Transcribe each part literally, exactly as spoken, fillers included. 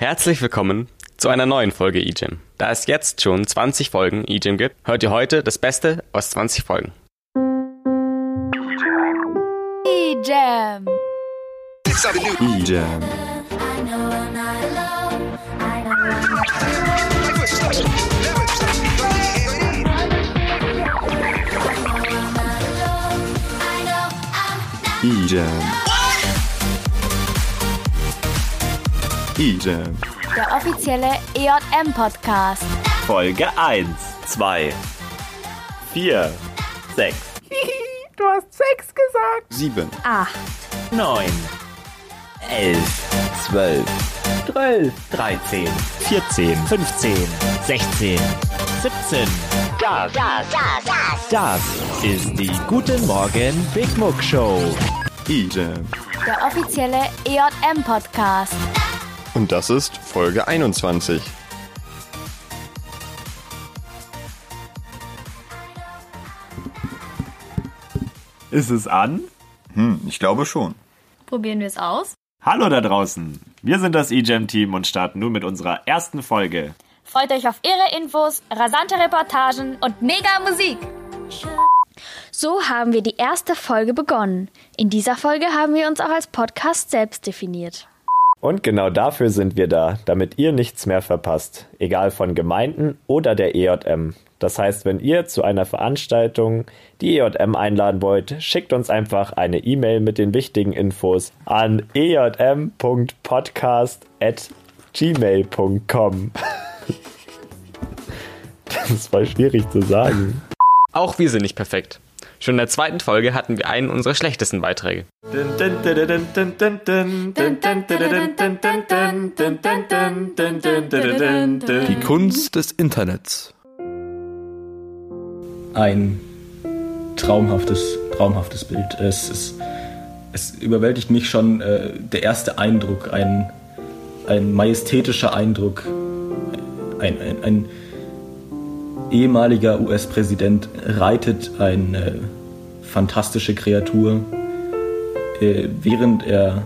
Herzlich willkommen zu einer neuen Folge E-Jam. Da es jetzt schon zwanzig Folgen E-Jam gibt, hört ihr heute das Beste aus zwanzig Folgen. E-Jam. E-Jam. E-Jam. E-Jam. Der offizielle E J M-Podcast. Folge eins, zwei, vier, sechs, Du hast sechs gesagt. sieben, Acht. neun, elf, zwölf, zwölf, dreizehn, vierzehn, fünfzehn, sechzehn, siebzehn. Das, das, das, das. Das ist die Guten Morgen Big Muck Show. E-Jam. Der offizielle E J M-Podcast. Und das ist Folge einundzwanzig. Ist es an? Hm, ich glaube schon. Probieren wir es aus? Hallo da draußen. Wir sind das E-Jam-Team und starten nun mit unserer ersten Folge. Freut euch auf irre Infos, rasante Reportagen und mega Musik. So haben wir die erste Folge begonnen. In dieser Folge haben wir uns auch als Podcast selbst definiert. Und genau dafür sind wir da, damit ihr nichts mehr verpasst, egal von Gemeinden oder der E J M. Das heißt, wenn ihr zu einer Veranstaltung die E J M einladen wollt, schickt uns einfach eine E-Mail mit den wichtigen Infos an e j m punkt podcast at gmail punkt com. Das ist voll schwierig zu sagen. Auch wir sind nicht perfekt. Schon in der zweiten Folge hatten wir einen unserer schlechtesten Beiträge. Die Kunst des Internets. Ein traumhaftes, traumhaftes Bild. Es, es, es überwältigt mich schon äh, der erste Eindruck, ein, ein majestätischer Eindruck, ein, ein, ein ehemaliger U S-Präsident reitet eine fantastische Kreatur, äh, während er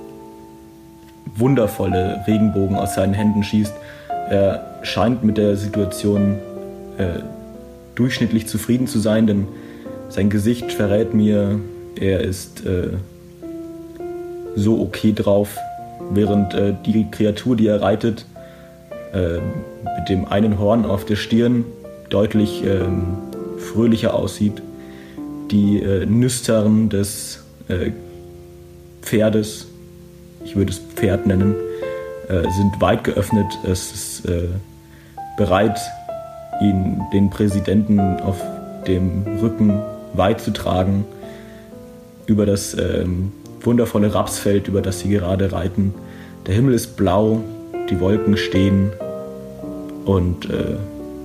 wundervolle Regenbogen aus seinen Händen schießt. Er scheint mit der Situation äh, durchschnittlich zufrieden zu sein, denn sein Gesicht verrät mir, er ist äh, so okay drauf, während äh, die Kreatur, die er reitet, äh, mit dem einen Horn auf der Stirn deutlich ähm, fröhlicher aussieht. Die äh, Nüstern des äh, Pferdes, ich würde es Pferd nennen, äh, sind weit geöffnet. Es ist äh, bereit, ihn, den Präsidenten auf dem Rücken weit zu tragen über das ähm, wundervolle Rapsfeld, über das sie gerade reiten. Der Himmel ist blau, die Wolken stehen und äh,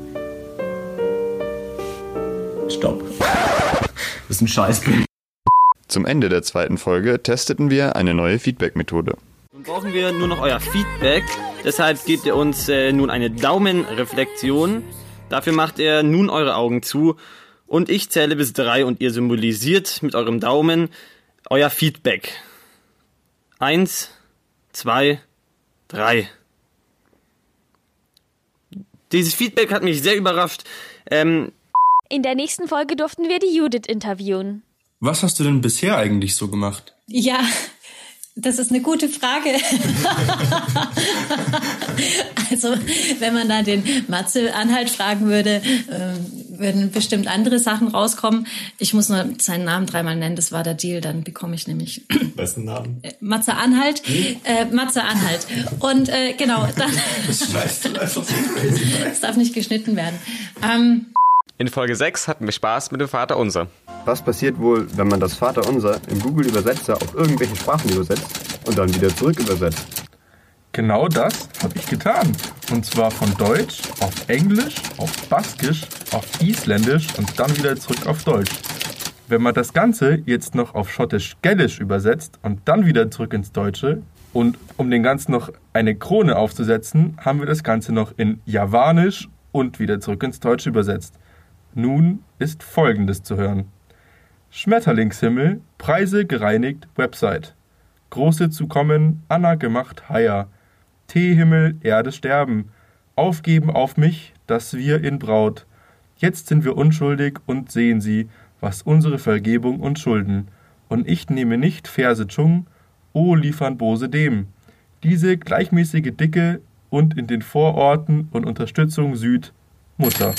Stopp. Das ist ein Scheißbild. Zum Ende der zweiten Folge testeten wir eine neue Feedback-Methode. Nun brauchen wir nur noch euer Feedback. Deshalb gebt ihr uns äh, nun eine Daumenreflexion. Dafür macht ihr nun eure Augen zu und ich zähle bis drei und ihr symbolisiert mit eurem Daumen euer Feedback. Eins, zwei, drei. Dieses Feedback hat mich sehr überrascht. Ähm, In der nächsten Folge durften wir die Judith interviewen. Was hast du denn bisher eigentlich so gemacht? Ja, das ist eine gute Frage. Also, wenn man da den Matze Anhalt fragen würde, äh, würden bestimmt andere Sachen rauskommen. Ich muss nur seinen Namen dreimal nennen, das war der Deal, dann bekomme ich nämlich... Wessen Namen? Äh, Matze Anhalt. Äh, Matze Anhalt. Und äh, genau, dann... Das schneidest du einfach so crazy. Das darf nicht geschnitten werden. Ähm... In Folge sechs hatten wir Spaß mit dem Vaterunser. Was passiert wohl, wenn man das Vaterunser im Google-Übersetzer auf irgendwelche Sprachen übersetzt und dann wieder zurück übersetzt? Genau das habe ich getan. Und zwar von Deutsch auf Englisch, auf Baskisch, auf Isländisch und dann wieder zurück auf Deutsch. Wenn man das Ganze jetzt noch auf Schottisch-Gälisch übersetzt und dann wieder zurück ins Deutsche und um den Ganzen noch eine Krone aufzusetzen, haben wir das Ganze noch in Javanisch und wieder zurück ins Deutsche übersetzt. Nun ist Folgendes zu hören. Schmetterlingshimmel, Preise gereinigt, Website. Große zu kommen, Anna gemacht, Haier. Teehimmel, Erde sterben. Aufgeben auf mich, dass wir in Braut. Jetzt sind wir unschuldig und sehen sie, was unsere Vergebung uns schulden. Und ich nehme nicht Verse Chung, o liefern Bose dem. Diese gleichmäßige Dicke und in den Vororten und Unterstützung Süd, Mutter.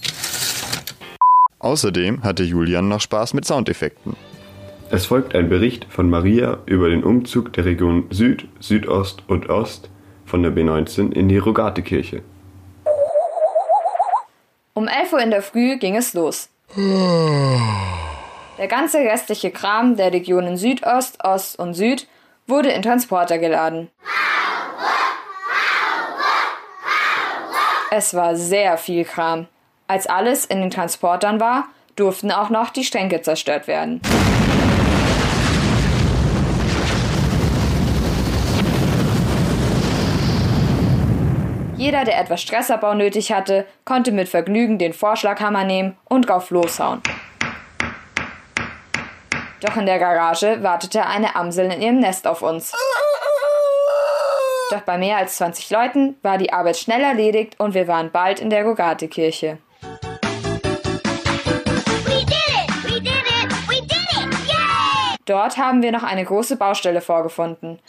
Außerdem hatte Julian noch Spaß mit Soundeffekten. Es folgt ein Bericht von Maria über den Umzug der Region Süd, Südost und Ost von der B neunzehn in die Rogatekirche. Um elf Uhr in der Früh ging es los. Der ganze restliche Kram der Regionen Südost, Ost und Süd wurde in Transporter geladen. Es war sehr viel Kram. Als alles in den Transportern war, durften auch noch die Schränke zerstört werden. Jeder, der etwas Stressabbau nötig hatte, konnte mit Vergnügen den Vorschlaghammer nehmen und drauf loshauen. Doch in der Garage wartete eine Amsel in ihrem Nest auf uns. Doch bei mehr als zwanzig Leuten war die Arbeit schnell erledigt und wir waren bald in der Rogatekirche. Dort haben wir noch eine große Baustelle vorgefunden.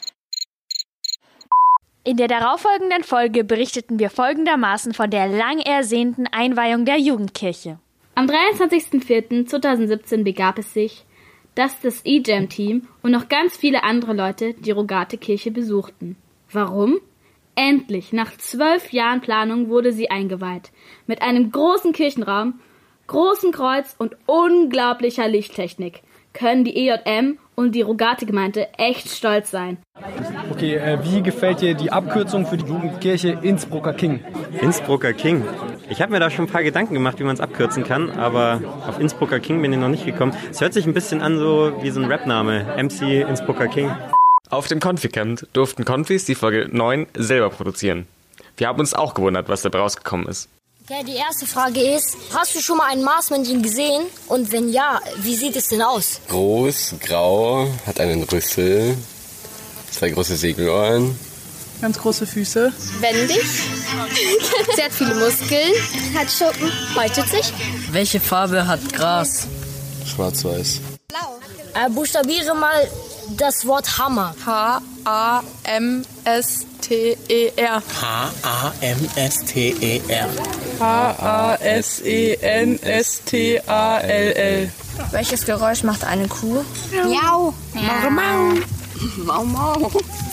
In der darauffolgenden Folge berichteten wir folgendermaßen von der lang ersehnten Einweihung der Jugendkirche. Am dreiundzwanzigsten vierten zweitausendsiebzehn begab es sich, dass das E-Jam-Team und noch ganz viele andere Leute die Rogatekirche besuchten. Warum? Endlich, nach zwölf Jahren Planung wurde sie eingeweiht. Mit einem großen Kirchenraum, großem Kreuz und unglaublicher Lichttechnik können die E J M und die Rogate-Gemeinde echt stolz sein. Okay, äh, wie gefällt dir die Abkürzung für die Jugendkirche Innsbrucker King? Innsbrucker King. Ich habe mir da schon ein paar Gedanken gemacht, wie man es abkürzen kann, aber auf Innsbrucker King bin ich noch nicht gekommen. Es hört sich ein bisschen an so wie so ein Rapname, M C Innsbrucker King. Auf dem Konfi-Camp durften Konfis die Folge neun selber produzieren. Wir haben uns auch gewundert, was dabei rausgekommen ist. Okay, die erste Frage ist, hast du schon mal ein Marsmännchen gesehen? Und wenn ja, wie sieht es denn aus? Groß, grau, hat einen Rüssel, zwei große Segelohren. Ganz große Füße. Wendig. Sie hat viele Muskeln. Hat Schuppen. Häutet sich. Welche Farbe hat Gras? Schwarz-weiß. Blau. Äh, buchstabiere mal das Wort Hammer. H A M S T E R. H A M S T E R. H A S E N S T A L L. Welches Geräusch macht eine Kuh? Miau. Mau, mau. Mau, mau.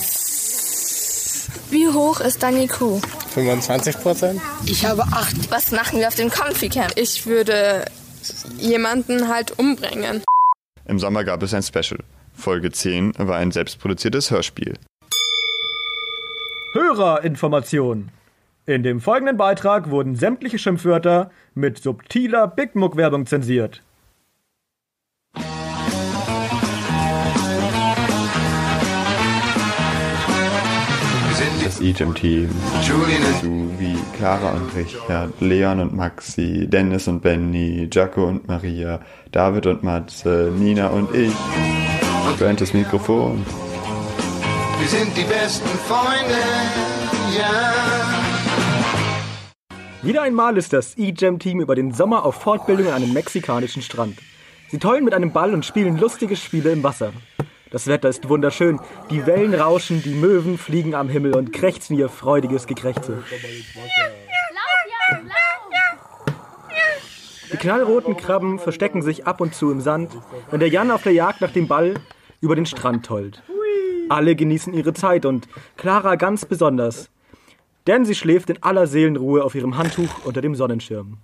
Wie hoch ist deine Kuh? fünfundzwanzig Prozent. Ich habe acht. Was machen wir auf dem Konfi-Camp? Ich würde jemanden halt umbringen. Im Sommer gab es ein Special. Folge zehn war ein selbstproduziertes Hörspiel. Hörerinformation. In dem folgenden Beitrag wurden sämtliche Schimpfwörter mit subtiler Big Muck-Werbung zensiert. Das E J M-Team, wie Clara und Richard, Leon und Maxi, Dennis und Benny, Jaco und Maria, David und Matze, Nina und ich. Bernd das Mikrofon. Wir sind die besten Freunde, ja. Wieder einmal ist das E J M-Team über den Sommer auf Fortbildung an einem mexikanischen Strand. Sie tollen mit einem Ball und spielen lustige Spiele im Wasser. Das Wetter ist wunderschön, die Wellen rauschen, die Möwen fliegen am Himmel und krächzen ihr freudiges Gekrächze. Die knallroten Krabben verstecken sich ab und zu im Sand, wenn der Jan auf der Jagd nach dem Ball über den Strand tollt. Alle genießen ihre Zeit und Clara ganz besonders, denn sie schläft in aller Seelenruhe auf ihrem Handtuch unter dem Sonnenschirm.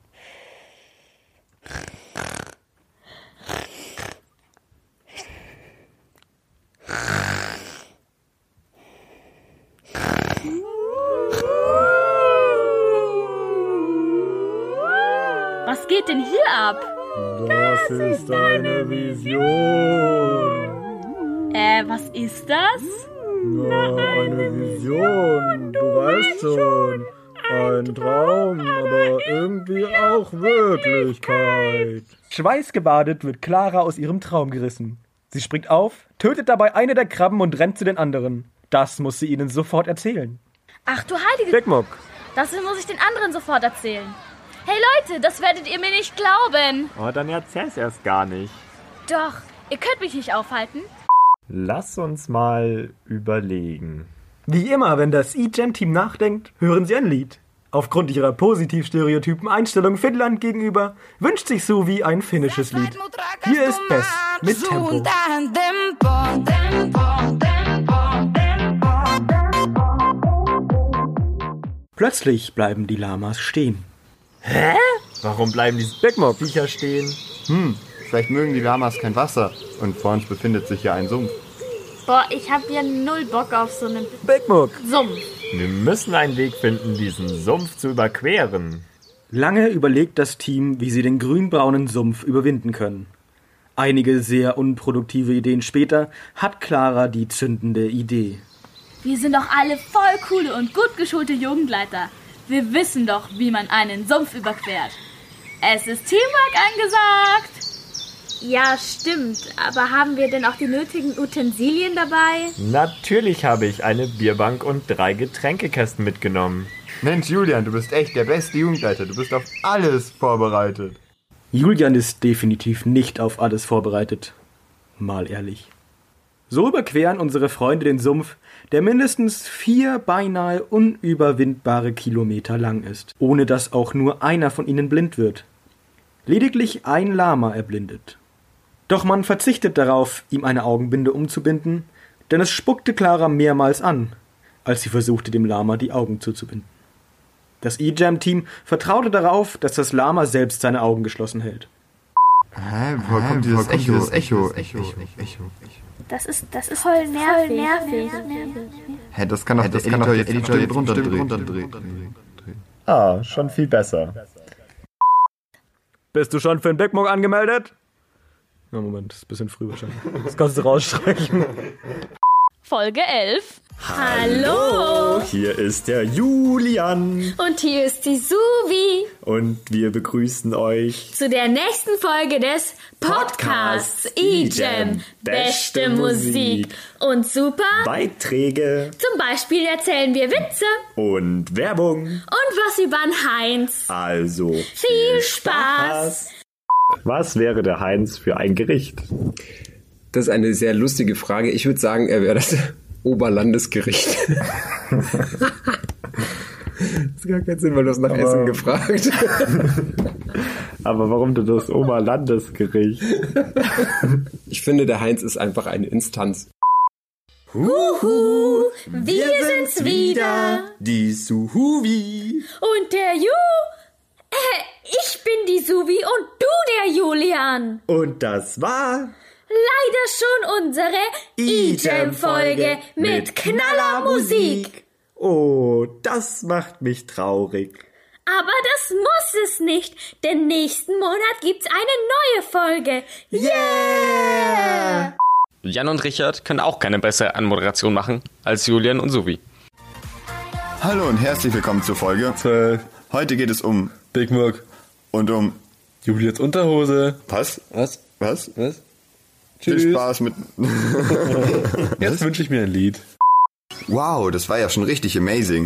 Was geht denn hier ab? Das ist eine Vision. Äh, was ist das? Na, eine Vision, du weißt schon. Ein Traum, aber irgendwie auch Wirklichkeit. Schweißgebadet wird Clara aus ihrem Traum gerissen. Sie springt auf, tötet dabei eine der Krabben und rennt zu den anderen. Das muss sie ihnen sofort erzählen. Ach du heilige... Big Muck. Das muss ich den anderen sofort erzählen. Hey Leute, das werdet ihr mir nicht glauben. Oh, dann erzähl's erst gar nicht. Doch, ihr könnt mich nicht aufhalten. Lass uns mal überlegen. Wie immer, wenn das E-Jam-Team nachdenkt, hören sie ein Lied. Aufgrund ihrer positiv stereotypen Einstellung Finnland gegenüber wünscht sich Suvi ein finnisches Lied. Hier ist Bess mit Tempo. Plötzlich bleiben die Lamas stehen. Hä? Warum bleiben die Big Muck Viecher stehen? Hm, vielleicht mögen die Lamas kein Wasser und vor uns befindet sich ja ein Sumpf. Boah, ich hab ja null Bock auf so einen Big Muck Sumpf. Wir müssen einen Weg finden, diesen Sumpf zu überqueren. Lange überlegt das Team, wie sie den grünbraunen Sumpf überwinden können. Einige sehr unproduktive Ideen später hat Clara die zündende Idee. Wir sind doch alle voll coole und gut geschulte Jugendleiter. Wir wissen doch, wie man einen Sumpf überquert. Es ist Teamwork angesagt. Ja, stimmt. Aber haben wir denn auch die nötigen Utensilien dabei? Natürlich habe ich eine Bierbank und drei Getränkekästen mitgenommen. Mensch, Julian, du bist echt der beste Jugendleiter. Du bist auf alles vorbereitet. Julian ist definitiv nicht auf alles vorbereitet. Mal ehrlich. So überqueren unsere Freunde den Sumpf, der mindestens vier beinahe unüberwindbare Kilometer lang ist, ohne dass auch nur einer von ihnen blind wird. Lediglich ein Lama erblindet. Doch man verzichtet darauf, ihm eine Augenbinde umzubinden, denn es spuckte Clara mehrmals an, als sie versuchte, dem Lama die Augen zuzubinden. Das E-Jam-Team vertraute darauf, dass das Lama selbst seine Augen geschlossen hält. Hä, woher kommt dieses Echo? Dieses Echo, Echo, Echo. Das ist, das ist voll nervig. Voll nervig. Hä, das kann doch der Editor jetzt bestimmt runterdrehen. Ah, schon viel besser. Bist du schon für den Big Muck angemeldet? Na Moment, ist ein bisschen früh wahrscheinlich. Das kannst du rausstreichen. Folge elf. Hallo! Hier ist der Julian. Und hier ist die Suvi. Und wir begrüßen euch zu der nächsten Folge des Podcasts E-Jam. Beste Musik und super Beiträge. Zum Beispiel erzählen wir Witze und Werbung und was über den Heinz. Also viel Spaß. Was wäre der Heinz für ein Gericht? Das ist eine sehr lustige Frage. Ich würde sagen, er wäre das Oberlandesgericht. Das ist gar keinen Sinn, weil du hast nach aber, Essen gefragt. Aber warum denn das Oberlandesgericht? Ich finde, der Heinz ist einfach eine Instanz. Huhu, wir sind's wieder. Die Suhuvi. Und der Ju. Äh, ich bin die Suvi und du der Julian. Und das war... leider schon unsere E-Jam-Folge mit Knallermusik. Oh, das macht mich traurig. Aber das muss es nicht, denn nächsten Monat gibt's eine neue Folge. Yeah! Jan und Richard können auch keine bessere Anmoderation machen als Julian und Suvi. Hallo und herzlich willkommen zur Folge zwölf. Heute geht es um Big Muck und um Julians Unterhose. Was? Was? Was? Was? Tschüss. Viel Spaß mit... Jetzt wünsche ich mir ein Lied. Wow, das war ja schon richtig amazing.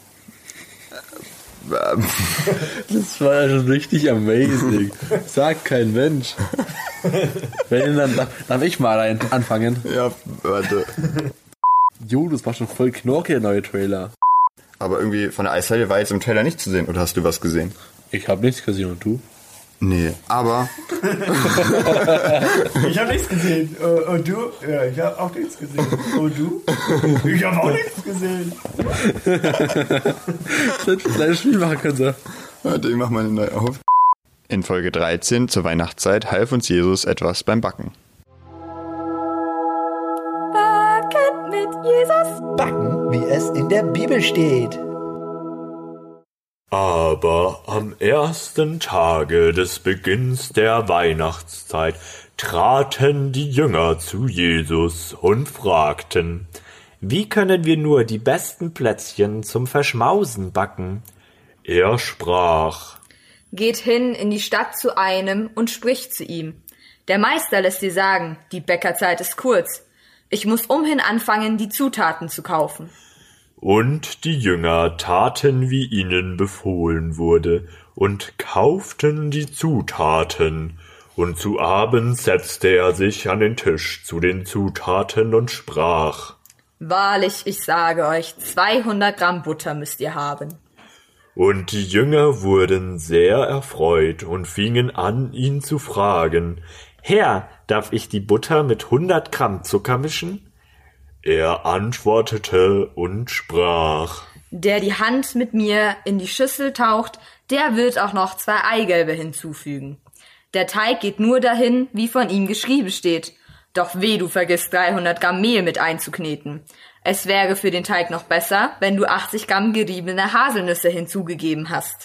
Das war ja schon richtig amazing. Sagt kein Mensch. Wenn, dann darf ich mal rein anfangen. Ja, warte. Jo, das war schon voll knorke, der neue Trailer. Aber irgendwie von der Eishalle war jetzt im Trailer nicht zu sehen. Oder hast du was gesehen? Ich habe nichts gesehen. Und du? Nee, aber... Ich habe nichts gesehen. Uh, und du? Ja, ich habe auch nichts gesehen. Und du? Ich habe auch nichts gesehen. Das hätte ein kleines Spiel machen können, so. Warte, ich mach mal eine neue auf. In Folge dreizehn zur Weihnachtszeit half uns Jesus etwas beim Backen. Backen mit Jesus. Backen, wie es in der Bibel steht. Aber am ersten Tage des Beginns der Weihnachtszeit traten die Jünger zu Jesus und fragten: Wie können wir nur die besten Plätzchen zum Verschmausen backen? Er sprach: Geht hin in die Stadt zu einem und spricht zu ihm. Der Meister lässt dir sagen, die Bäckerzeit ist kurz. Ich muss umhin anfangen, die Zutaten zu kaufen. Und die Jünger taten, wie ihnen befohlen wurde, und kauften die Zutaten. Und zu Abend setzte er sich an den Tisch zu den Zutaten und sprach: Wahrlich, ich sage euch, zweihundert Gramm Butter müsst ihr haben. Und die Jünger wurden sehr erfreut und fingen an, ihn zu fragen: Herr, darf ich die Butter mit hundert Gramm Zucker mischen? Er antwortete und sprach: Der die Hand mit mir in die Schüssel taucht, der wird auch noch zwei Eigelbe hinzufügen. Der Teig geht nur dahin, wie von ihm geschrieben steht. Doch weh, du vergisst dreihundert Gramm Mehl mit einzukneten. Es wäre für den Teig noch besser, wenn du achtzig Gramm geriebene Haselnüsse hinzugegeben hast.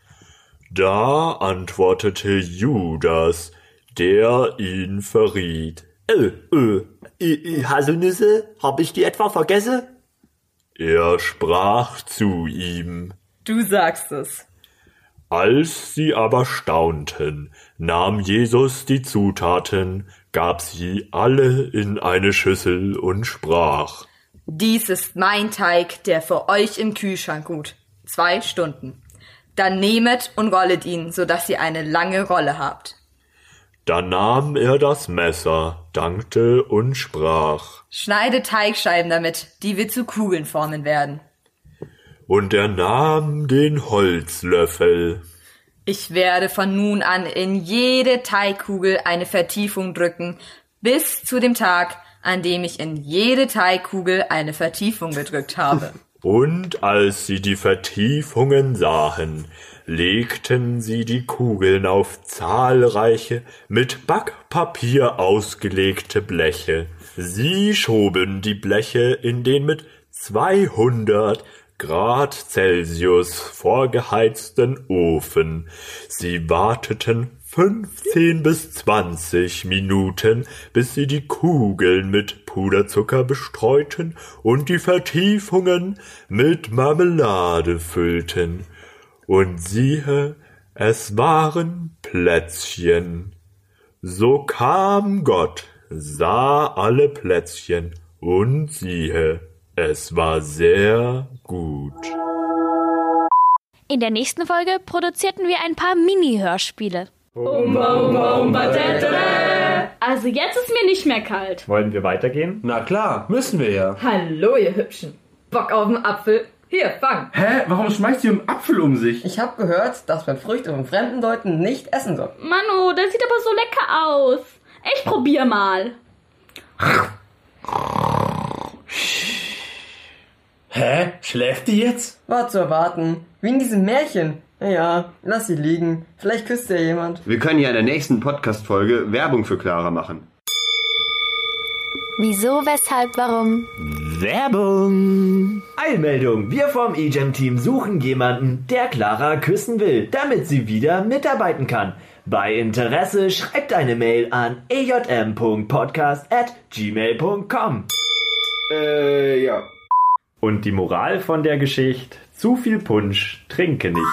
Da antwortete Judas, der ihn verriet: Äh, äh, äh, Haselnüsse, hab ich die etwa vergessen? Er sprach zu ihm: Du sagst es. Als sie aber staunten, nahm Jesus die Zutaten, gab sie alle in eine Schüssel und sprach: Dies ist mein Teig, der für euch im Kühlschrank ruht. Zwei Stunden. Dann nehmet und rollet ihn, so dass ihr eine lange Rolle habt. Da nahm er das Messer, dankte und sprach: Schneide Teigscheiben damit, die wir zu Kugeln formen werden. Und er nahm den Holzlöffel. Ich werde von nun an in jede Teigkugel eine Vertiefung drücken, bis zu dem Tag, an dem ich in jede Teigkugel eine Vertiefung gedrückt habe. Und als sie die Vertiefungen sahen, legten sie die Kugeln auf zahlreiche, mit Backpapier ausgelegte Bleche. Sie schoben die Bleche in den mit zweihundert Grad Celsius vorgeheizten Ofen. Sie warteten fünfzehn bis zwanzig Minuten, bis sie die Kugeln mit Puderzucker bestreuten und die Vertiefungen mit Marmelade füllten. Und siehe, es waren Plätzchen. So kam Gott, sah alle Plätzchen, und siehe, es war sehr gut. In der nächsten Folge produzierten wir ein paar Mini-Hörspiele. Umba, umba, umba, tetere. Also jetzt ist mir nicht mehr kalt. Wollen wir weitergehen? Na klar, müssen wir ja. Hallo, ihr Hübschen. Bock auf den Apfel? Hier, fang. Hä? Warum schmeißt ihr einen Apfel um sich? Ich hab gehört, dass man Früchte von fremden Leuten nicht essen soll. Manu, das sieht aber so lecker aus. Ich probier mal. Hä? Schläft die jetzt? War zu erwarten. Wie in diesem Märchen. Naja, lass sie liegen. Vielleicht küsst ja jemand. Wir können ja in der nächsten Podcast-Folge Werbung für Clara machen. Wieso, weshalb, warum? Werbung! Eilmeldung! Wir vom E G E M-Team suchen jemanden, der Clara küssen will, damit sie wieder mitarbeiten kann. Bei Interesse schreibt eine Mail an e j m punkt podcast at gmail punkt com. Äh, ja. Und die Moral von der Geschichte: Zu viel Punsch, trinke nicht.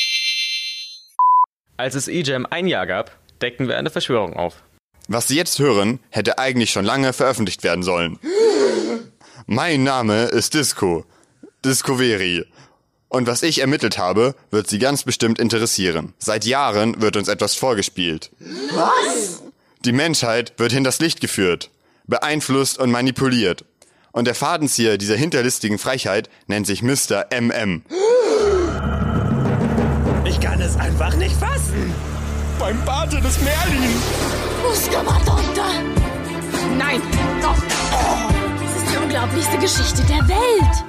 Als es E G E M ein Jahr gab, deckten wir eine Verschwörung auf. Was Sie jetzt hören, hätte eigentlich schon lange veröffentlicht werden sollen. Mein Name ist Disco. Discoveri. Und was ich ermittelt habe, wird Sie ganz bestimmt interessieren. Seit Jahren wird uns etwas vorgespielt. Was? Die Menschheit wird hinters Licht geführt, beeinflusst und manipuliert. Und der Fadenzieher dieser hinterlistigen Frechheit nennt sich Mister M M. Ich kann es einfach nicht fassen. Beim Barte des Merlin. Muskelmadonna! Nein! Oh. Oh. Das ist die unglaublichste Geschichte der Welt!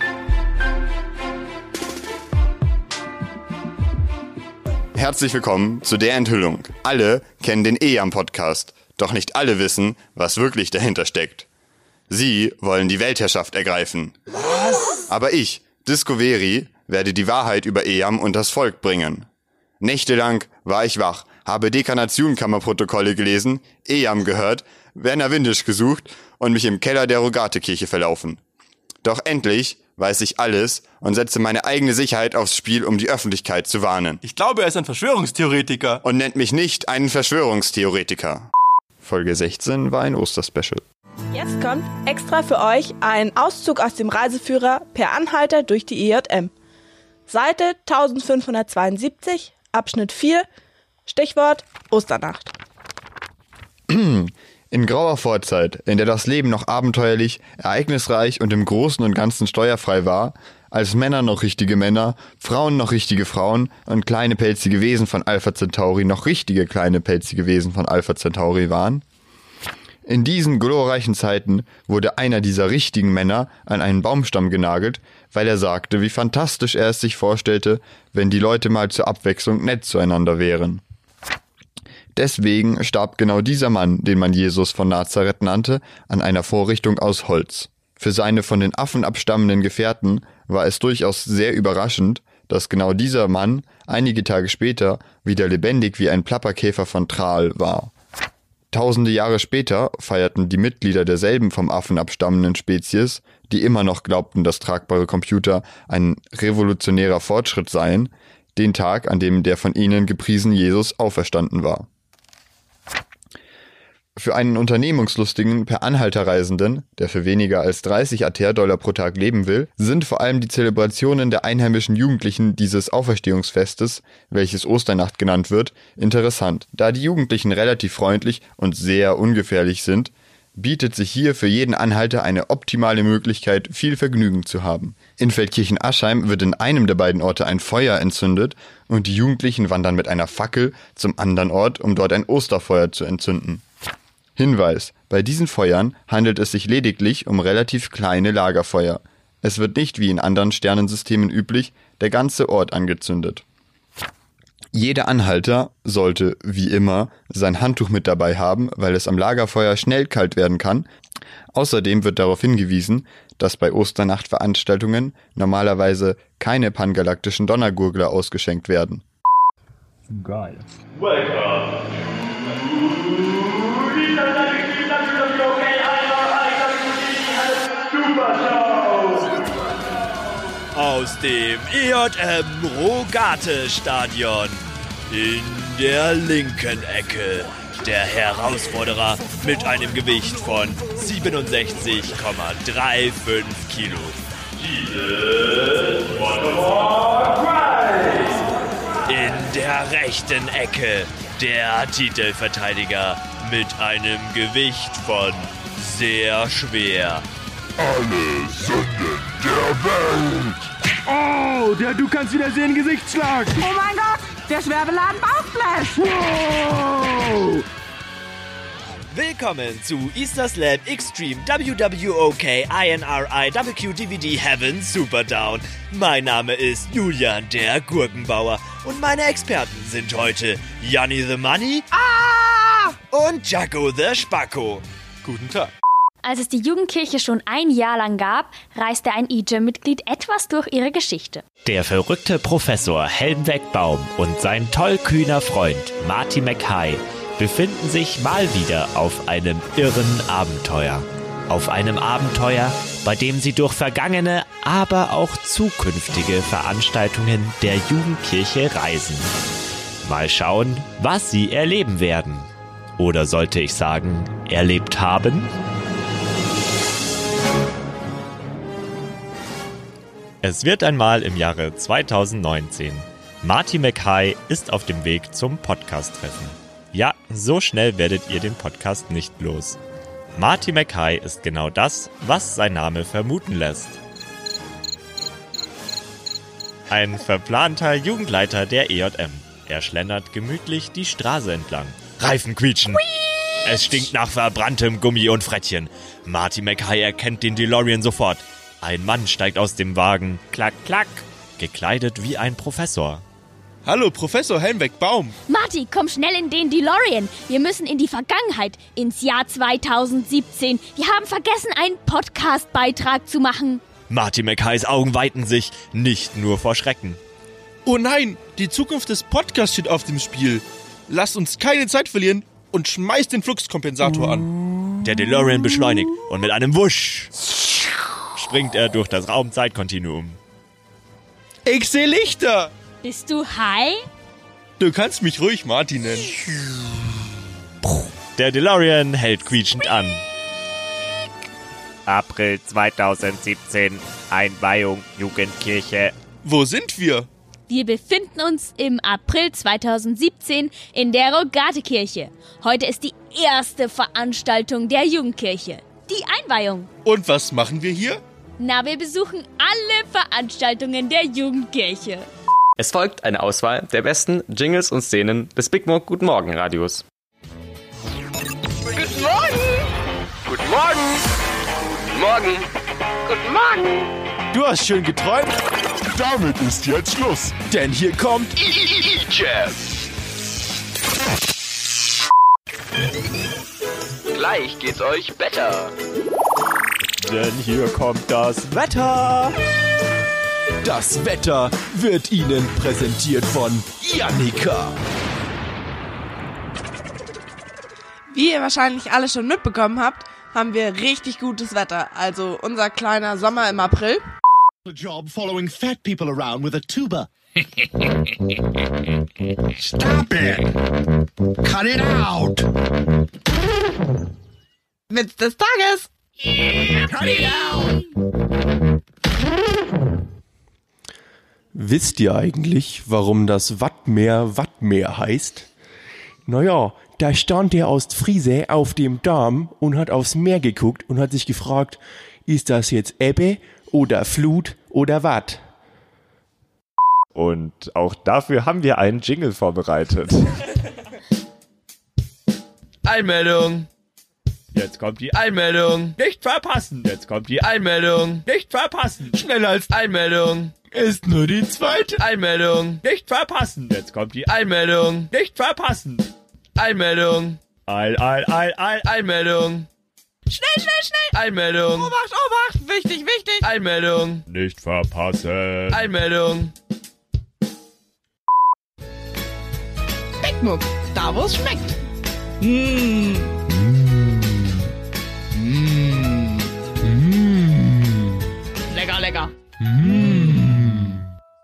Herzlich willkommen zu der Enthüllung. Alle kennen den E A M-Podcast, doch nicht alle wissen, was wirklich dahinter steckt. Sie wollen die Weltherrschaft ergreifen. Was? Aber ich, Discoveri, werde die Wahrheit über E A M und das Volk bringen. Nächtelang war ich wach, habe Dekanation-Kammerprotokolle gelesen, E A M gehört, Werner Windisch gesucht und mich im Keller der Rogatekirche verlaufen. Doch endlich weiß ich alles und setze meine eigene Sicherheit aufs Spiel, um die Öffentlichkeit zu warnen. Ich glaube, er ist ein Verschwörungstheoretiker. Und nennt mich nicht einen Verschwörungstheoretiker. Folge sechzehn war ein Osterspecial. Jetzt kommt extra für euch ein Auszug aus dem Reiseführer Per Anhalter durch die E J M. Seite eintausendfünfhundertzweiundsiebzig, Abschnitt vier, Stichwort Osternacht. In grauer Vorzeit, in der das Leben noch abenteuerlich, ereignisreich und im Großen und Ganzen steuerfrei war, als Männer noch richtige Männer, Frauen noch richtige Frauen und kleine pelzige Wesen von Alpha Centauri noch richtige kleine pelzige Wesen von Alpha Centauri waren, in diesen glorreichen Zeiten wurde einer dieser richtigen Männer an einen Baumstamm genagelt, weil er sagte, wie fantastisch er es sich vorstellte, wenn die Leute mal zur Abwechslung nett zueinander wären. Deswegen starb genau dieser Mann, den man Jesus von Nazareth nannte, an einer Vorrichtung aus Holz. Für seine von den Affen abstammenden Gefährten war es durchaus sehr überraschend, dass genau dieser Mann einige Tage später wieder lebendig wie ein Plapperkäfer von Tral war. Tausende Jahre später feierten die Mitglieder derselben vom Affen abstammenden Spezies, die immer noch glaubten, dass tragbare Computer ein revolutionärer Fortschritt seien, den Tag, an dem der von ihnen gepriesene Jesus auferstanden war. Für einen unternehmungslustigen Per-Anhalter-Reisenden, der für weniger als dreißig A T R-Dollar pro Tag leben will, sind vor allem die Zelebrationen der einheimischen Jugendlichen dieses Auferstehungsfestes, welches Osternacht genannt wird, interessant. Da die Jugendlichen relativ freundlich und sehr ungefährlich sind, bietet sich hier für jeden Anhalter eine optimale Möglichkeit, viel Vergnügen zu haben. In Feldkirchen-Aschheim wird in einem der beiden Orte ein Feuer entzündet und die Jugendlichen wandern mit einer Fackel zum anderen Ort, um dort ein Osterfeuer zu entzünden. Hinweis: Bei diesen Feuern handelt es sich lediglich um relativ kleine Lagerfeuer. Es wird nicht wie in anderen Sternensystemen üblich der ganze Ort angezündet. Jeder Anhalter sollte, wie immer, sein Handtuch mit dabei haben, weil es am Lagerfeuer schnell kalt werden kann. Außerdem wird darauf hingewiesen, dass bei Osternachtveranstaltungen normalerweise keine pangalaktischen Donnergurgler ausgeschenkt werden. Geil. Welcome. Aus dem E J M Rogate Stadion in der linken Ecke der Herausforderer mit einem Gewicht von siebenundsechzig Komma fünfunddreißig Kilo. In der rechten Ecke der Titelverteidiger mit einem Gewicht von sehr schwer. Alle Sünden der Welt. Oh, der Du kannst wieder sehen Gesichtsschlag. Oh mein Gott, der Schwerbeladen Bauchflash. Wow. Willkommen zu Easter Slab Extreme W W O K I N R I W Q D V D Heaven Superdown. Mein Name ist Julian, der Gurkenbauer. Und meine Experten sind heute Janni the Money ah! und Jacko the Spacko. Guten Tag. Als es die Jugendkirche schon ein Jahr lang gab, reiste ein E J M-Mitglied etwas durch ihre Geschichte. Der verrückte Professor Helmweg Baum und sein tollkühner Freund Marty McHigh befinden sich mal wieder auf einem irren Abenteuer. Auf einem Abenteuer, bei dem sie durch vergangene, aber auch zukünftige Veranstaltungen der Jugendkirche reisen. Mal schauen, was sie erleben werden. Oder sollte ich sagen, erlebt haben? Es wird einmal im Jahre zweitausendneunzehn. Marty McHigh ist auf dem Weg zum Podcast-Treffen. Ja, so schnell werdet ihr den Podcast nicht los. Marty McHigh ist genau das, was sein Name vermuten lässt. Ein verplanter Jugendleiter der E J M. Er schlendert gemütlich die Straße entlang. Reifen quietschen. Es stinkt nach verbranntem Gummi und Frettchen. Marty McHigh erkennt den DeLorean sofort. Ein Mann steigt aus dem Wagen, klack, klack, gekleidet wie ein Professor. Hallo, Professor Helmweg Baum. Marty, komm schnell in den DeLorean. Wir müssen in die Vergangenheit, ins Jahr zweitausendsiebzehn. Wir haben vergessen, einen Podcast-Beitrag zu machen. Marty McHighs Augen weiten sich, nicht nur vor Schrecken. Oh nein, die Zukunft des Podcasts steht auf dem Spiel. Lasst uns keine Zeit verlieren und schmeißt den Fluxkompensator an. Der DeLorean beschleunigt und mit einem Wusch springt er durch das Raumzeitkontinuum. Ich sehe Lichter! Bist du high? Du kannst mich ruhig Marty nennen. Der DeLorean hält quietschend an. April zweitausendsiebzehn. Einweihung Jugendkirche. Wo sind wir? Wir befinden uns im April zweitausendsiebzehn in der Rogatekirche. Heute ist die erste Veranstaltung der Jugendkirche, die Einweihung. Und was machen wir hier? Na, wir besuchen alle Veranstaltungen der Jugendkirche. Es folgt eine Auswahl der besten Jingles und Szenen des Big Mo Guten Morgen Radios. Guten Morgen! Guten Morgen! Guten Morgen! Guten Morgen! Du hast schön geträumt. Damit ist jetzt Schluss. Denn hier kommt E-Jam. Gleich geht's euch besser. Denn hier kommt das Wetter. Das Wetter wird Ihnen präsentiert von Jannika. Wie ihr wahrscheinlich alle schon mitbekommen habt, haben wir richtig gutes Wetter. Also unser kleiner Sommer im April. A job following fat people around with a tuba. Stop it! Cut it out! Witz des Tages! Cut it out! Wisst ihr eigentlich, warum das Wattmeer Wattmeer heißt? Naja, da stand der Ostfriese auf dem Damm und hat aufs Meer geguckt und hat sich gefragt, ist das jetzt Ebbe oder Flut oder Watt? Und auch dafür haben wir einen Jingle vorbereitet. Einmeldung. Jetzt kommt die Einmeldung. Nicht verpassen. Jetzt kommt die Einmeldung. Nicht verpassen. Schneller als Einmeldung. Ist nur die zweite Einmeldung. Nicht verpassen. Jetzt kommt die Einmeldung. Nicht verpassen. Einmeldung. Eil, eil, eil, eil. Einmeldung. Schnell, schnell, schnell! Einmeldung. Obacht, Obacht! Wichtig, wichtig! Einmeldung. Nicht verpassen. Einmeldung. Big da wo es schmeckt. Mmh. Mmh. Mmh. Lecker, lecker. Mmh.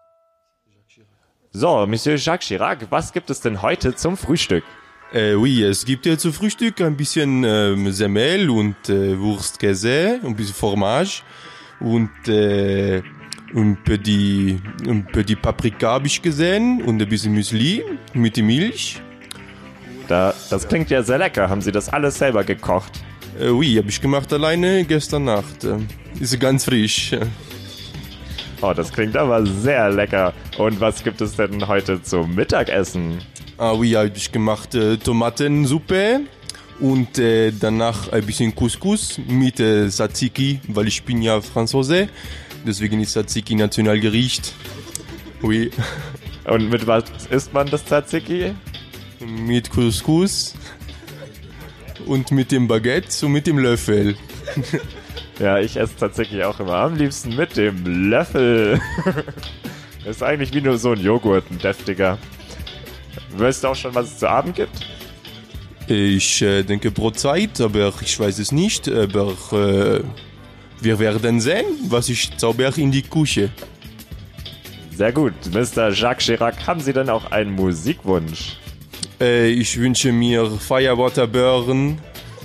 So, Monsieur Jacques Chirac, was gibt es denn heute zum Frühstück? Äh, oui, es gibt ja zu Frühstück ein bisschen ähm, Semmel und äh, Wurstkäse, ein bisschen Fromage und äh, ein petit, ein petit Paprika habe ich gesehen und ein bisschen Müsli mit der Milch. Da, das klingt ja sehr lecker. Haben Sie das alles selber gekocht? Äh, oui, habe ich gemacht alleine gestern Nacht. Äh, ist ganz frisch. Oh, das klingt aber sehr lecker. Und was gibt es denn heute zum Mittagessen? Ah oui, habe ich gemacht äh, Tomatensuppe und äh, danach ein bisschen Couscous mit äh, Tzatziki, weil ich bin ja Franzose, deswegen ist Tzatziki Nationalgericht. Oui. Und mit was isst man das Tzatziki? Mit Couscous und mit dem Baguette und mit dem Löffel. Ja, ich esse Tzatziki auch immer am liebsten mit dem Löffel. Das ist eigentlich wie nur so ein Joghurt, ein deftiger. Weißt du auch schon, was es zu Abend gibt? Ich äh, denke Brotzeit, aber ich weiß es nicht. Aber äh, wir werden sehen, was ich zauber in die Küche. Sehr gut. Mister Jacques Chirac, haben Sie denn auch einen Musikwunsch? Äh, ich wünsche mir Firewater Burn.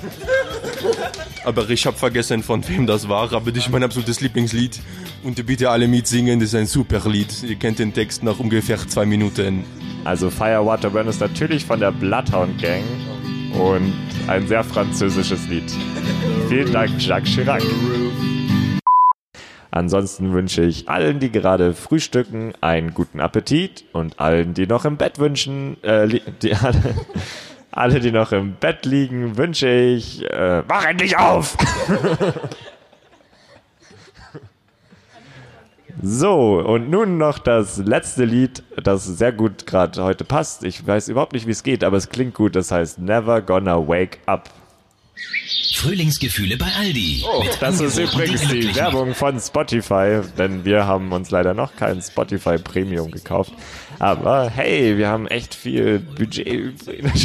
Aber ich habe vergessen, von wem das war. Aber das ist mein absolutes Lieblingslied. Und bitte alle mitsingen, das ist ein super Lied. Ihr kennt den Text nach ungefähr zwei Minuten. Also Firewater Burn ist natürlich von der Bloodhound Gang und ein sehr französisches Lied. Vielen Dank, Jacques Chirac. Ansonsten wünsche ich allen, die gerade frühstücken, einen guten Appetit und allen, die noch im Bett wünschen, äh, die, alle, alle, die noch im Bett liegen, wünsche ich, äh, wach endlich auf! So, und nun noch das letzte Lied, das sehr gut gerade heute passt. Ich weiß überhaupt nicht, wie es geht, aber es klingt gut. Das heißt Never Gonna Wake Up. Frühlingsgefühle bei Aldi. Oh, das ist übrigens die Werbung von Spotify, denn wir haben uns leider noch kein Spotify Premium gekauft. Aber hey, wir haben echt viel Budget übrig.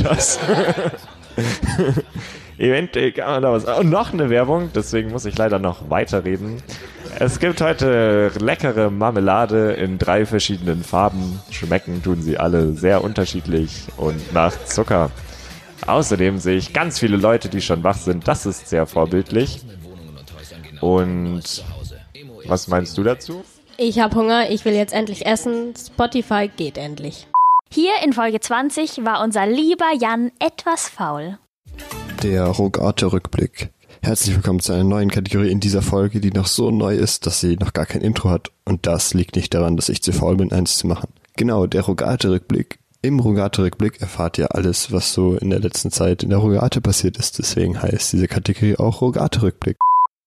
Eventuell kann man da was. Und noch eine Werbung, deswegen muss ich leider noch weiterreden. Es gibt heute leckere Marmelade in drei verschiedenen Farben. Schmecken tun sie alle sehr unterschiedlich und nach Zucker. Außerdem sehe ich ganz viele Leute, die schon wach sind. Das ist sehr vorbildlich. Und was meinst du dazu? Ich hab Hunger, ich will jetzt endlich essen. Spotify geht endlich. Hier in Folge zwanzig war unser lieber Jan etwas faul. Der Rogate-Rückblick. Herzlich willkommen zu einer neuen Kategorie in dieser Folge, die noch so neu ist, dass sie noch gar kein Intro hat. Und das liegt nicht daran, dass ich zu faul bin, eins zu machen. Genau, der Rogate-Rückblick. Im Rogate-Rückblick erfahrt ihr alles, was so in der letzten Zeit in der Rogate passiert ist. Deswegen heißt diese Kategorie auch Rogate-Rückblick.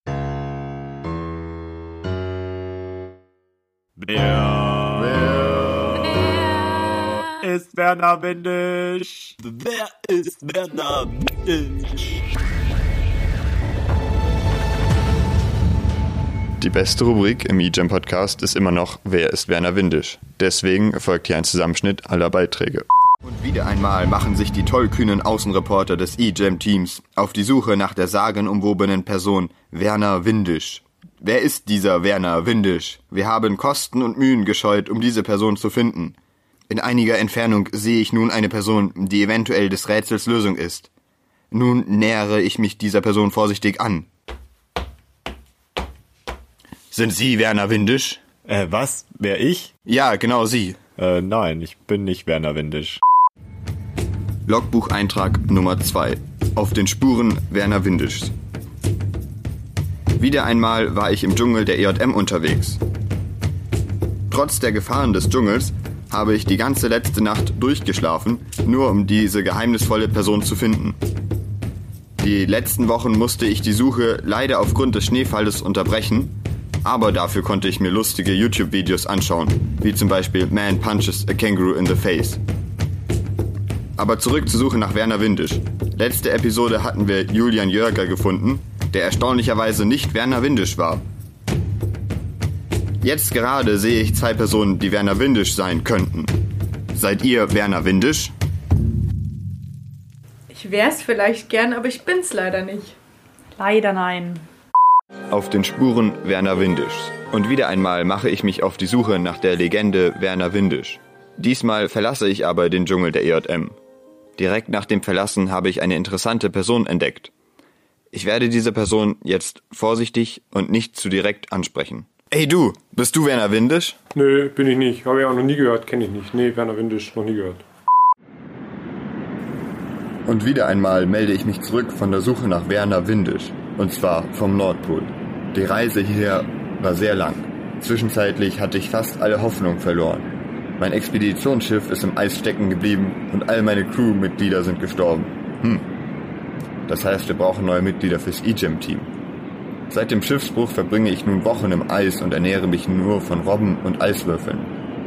Wer, wer ist Werner Windisch? Wer ist Werner Windisch? Die beste Rubrik im E G E M-Podcast ist immer noch Wer ist Werner Windisch? Deswegen erfolgt hier ein Zusammenschnitt aller Beiträge. Und wieder einmal machen sich die tollkühnen Außenreporter des E G E M-Teams auf die Suche nach der sagenumwobenen Person Werner Windisch. Wer ist dieser Werner Windisch? Wir haben Kosten und Mühen gescheut, um diese Person zu finden. In einiger Entfernung sehe ich nun eine Person, die eventuell des Rätsels Lösung ist. Nun nähere ich mich dieser Person vorsichtig an. Sind Sie Werner Windisch? Äh, was? Wer, ich? Ja, genau Sie. Äh, nein, ich bin nicht Werner Windisch. Logbucheintrag Nummer zwei. Auf den Spuren Werner Windischs. Wieder einmal war ich im Dschungel der E J M unterwegs. Trotz der Gefahren des Dschungels habe ich die ganze letzte Nacht durchgeschlafen, nur um diese geheimnisvolle Person zu finden. Die letzten Wochen musste ich die Suche leider aufgrund des Schneefalles unterbrechen, aber dafür konnte ich mir lustige YouTube-Videos anschauen, wie zum Beispiel Man Punches a Kangaroo in the Face. Aber zurück zur Suche nach Werner Windisch. Letzte Episode hatten wir Julian Jörger gefunden, der erstaunlicherweise nicht Werner Windisch war. Jetzt gerade sehe ich zwei Personen, die Werner Windisch sein könnten. Seid ihr Werner Windisch? Ich wär's vielleicht gern, aber ich bin's leider nicht. Leider nein. Auf den Spuren Werner Windischs. Und wieder einmal mache ich mich auf die Suche nach der Legende Werner Windisch. Diesmal verlasse ich aber den Dschungel der E J M. Direkt nach dem Verlassen habe ich eine interessante Person entdeckt. Ich werde diese Person jetzt vorsichtig und nicht zu direkt ansprechen. Ey du, bist du Werner Windisch? Nö, bin ich nicht. Habe ich auch noch nie gehört, kenne ich nicht. Nee, Werner Windisch, noch nie gehört. Und wieder einmal melde ich mich zurück von der Suche nach Werner Windisch. Und zwar vom Nordpol. Die Reise hierher war sehr lang. Zwischenzeitlich hatte ich fast alle Hoffnung verloren. Mein Expeditionsschiff ist im Eis stecken geblieben und all meine Crewmitglieder sind gestorben. Hm. Das heißt, wir brauchen neue Mitglieder fürs E G E M-Team. Seit dem Schiffsbruch verbringe ich nun Wochen im Eis und ernähre mich nur von Robben und Eiswürfeln.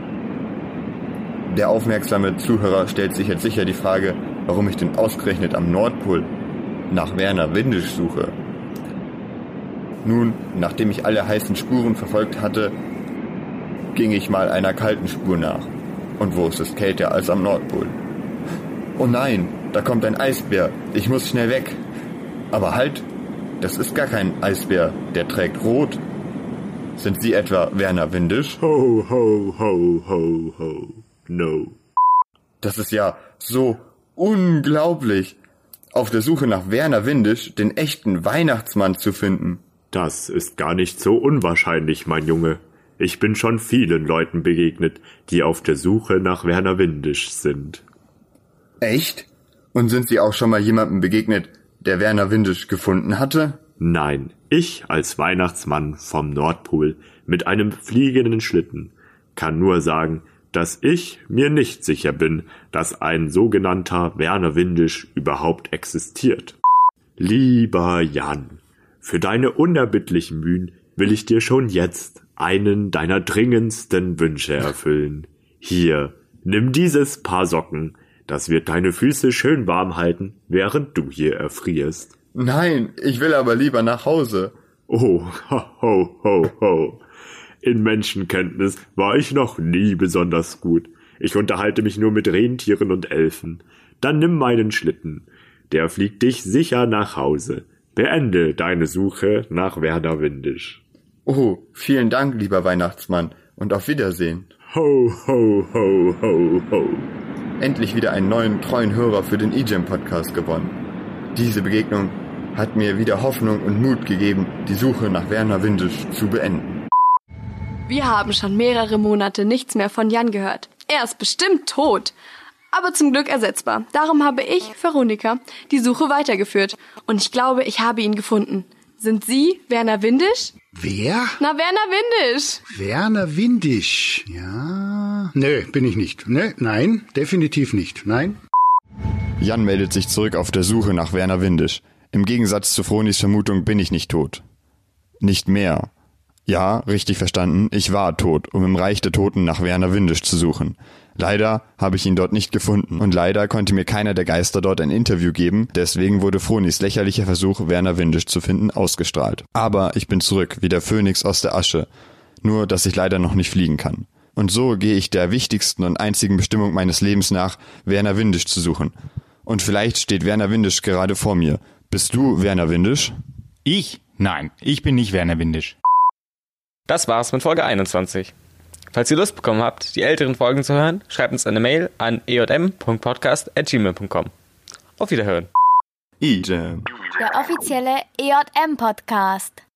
Der aufmerksame Zuhörer stellt sich jetzt sicher die Frage, warum ich denn ausgerechnet am Nordpol nach Werner Windisch suche. Nun, nachdem ich alle heißen Spuren verfolgt hatte, ging ich mal einer kalten Spur nach. Und wo ist es kälter als am Nordpol? Oh nein, da kommt ein Eisbär. Ich muss schnell weg. Aber halt, das ist gar kein Eisbär, der trägt rot. Sind Sie etwa Werner Windisch? Ho, ho, ho, ho, ho. No. Das ist ja so unglaublich. Auf der Suche nach Werner Windisch, den echten Weihnachtsmann zu finden. Das ist gar nicht so unwahrscheinlich, mein Junge. Ich bin schon vielen Leuten begegnet, die auf der Suche nach Werner Windisch sind. Echt? Und sind Sie auch schon mal jemandem begegnet, der Werner Windisch gefunden hatte? Nein, ich als Weihnachtsmann vom Nordpol mit einem fliegenden Schlitten kann nur sagen, dass ich mir nicht sicher bin, dass ein sogenannter Werner Windisch überhaupt existiert. Lieber Jan, für deine unerbittlichen Mühen will ich dir schon jetzt einen deiner dringendsten Wünsche erfüllen. Hier, nimm dieses Paar Socken, das wird deine Füße schön warm halten, während du hier erfrierst. Nein, ich will aber lieber nach Hause. Oh, ho, ho, ho, ho. In Menschenkenntnis war ich noch nie besonders gut. Ich unterhalte mich nur mit Rentieren und Elfen. Dann nimm meinen Schlitten. Der fliegt dich sicher nach Hause. Beende deine Suche nach Werner Windisch. Oh, vielen Dank, lieber Weihnachtsmann, und auf Wiedersehen. Ho, ho, ho, ho, ho. Endlich wieder einen neuen, treuen Hörer für den E G E M-Podcast gewonnen. Diese Begegnung hat mir wieder Hoffnung und Mut gegeben, die Suche nach Werner Windisch zu beenden. Wir haben schon mehrere Monate nichts mehr von Jan gehört. Er ist bestimmt tot. Aber zum Glück ersetzbar. Darum habe ich, Veronika, die Suche weitergeführt. Und ich glaube, ich habe ihn gefunden. Sind Sie Werner Windisch? Wer? Na, Werner Windisch. Werner Windisch, ja. Nö, bin ich nicht. Nö, nein, definitiv nicht. Nein. Jan meldet sich zurück auf der Suche nach Werner Windisch. Im Gegensatz zu Fronis Vermutung bin ich nicht tot. Nicht mehr. Ja, richtig verstanden, ich war tot, um im Reich der Toten nach Werner Windisch zu suchen. Leider habe ich ihn dort nicht gefunden und leider konnte mir keiner der Geister dort ein Interview geben, deswegen wurde Fronis lächerlicher Versuch, Werner Windisch zu finden, ausgestrahlt. Aber ich bin zurück, wie der Phönix aus der Asche, nur dass ich leider noch nicht fliegen kann. Und so gehe ich der wichtigsten und einzigen Bestimmung meines Lebens nach, Werner Windisch zu suchen. Und vielleicht steht Werner Windisch gerade vor mir. Bist du Werner Windisch? Ich? Nein, ich bin nicht Werner Windisch. Das war's mit Folge einundzwanzig. Falls ihr Lust bekommen habt, die älteren Folgen zu hören, schreibt uns eine Mail an e j m punkt podcast at gmail punkt com. Auf Wiederhören. E J. Der offizielle E J M-Podcast.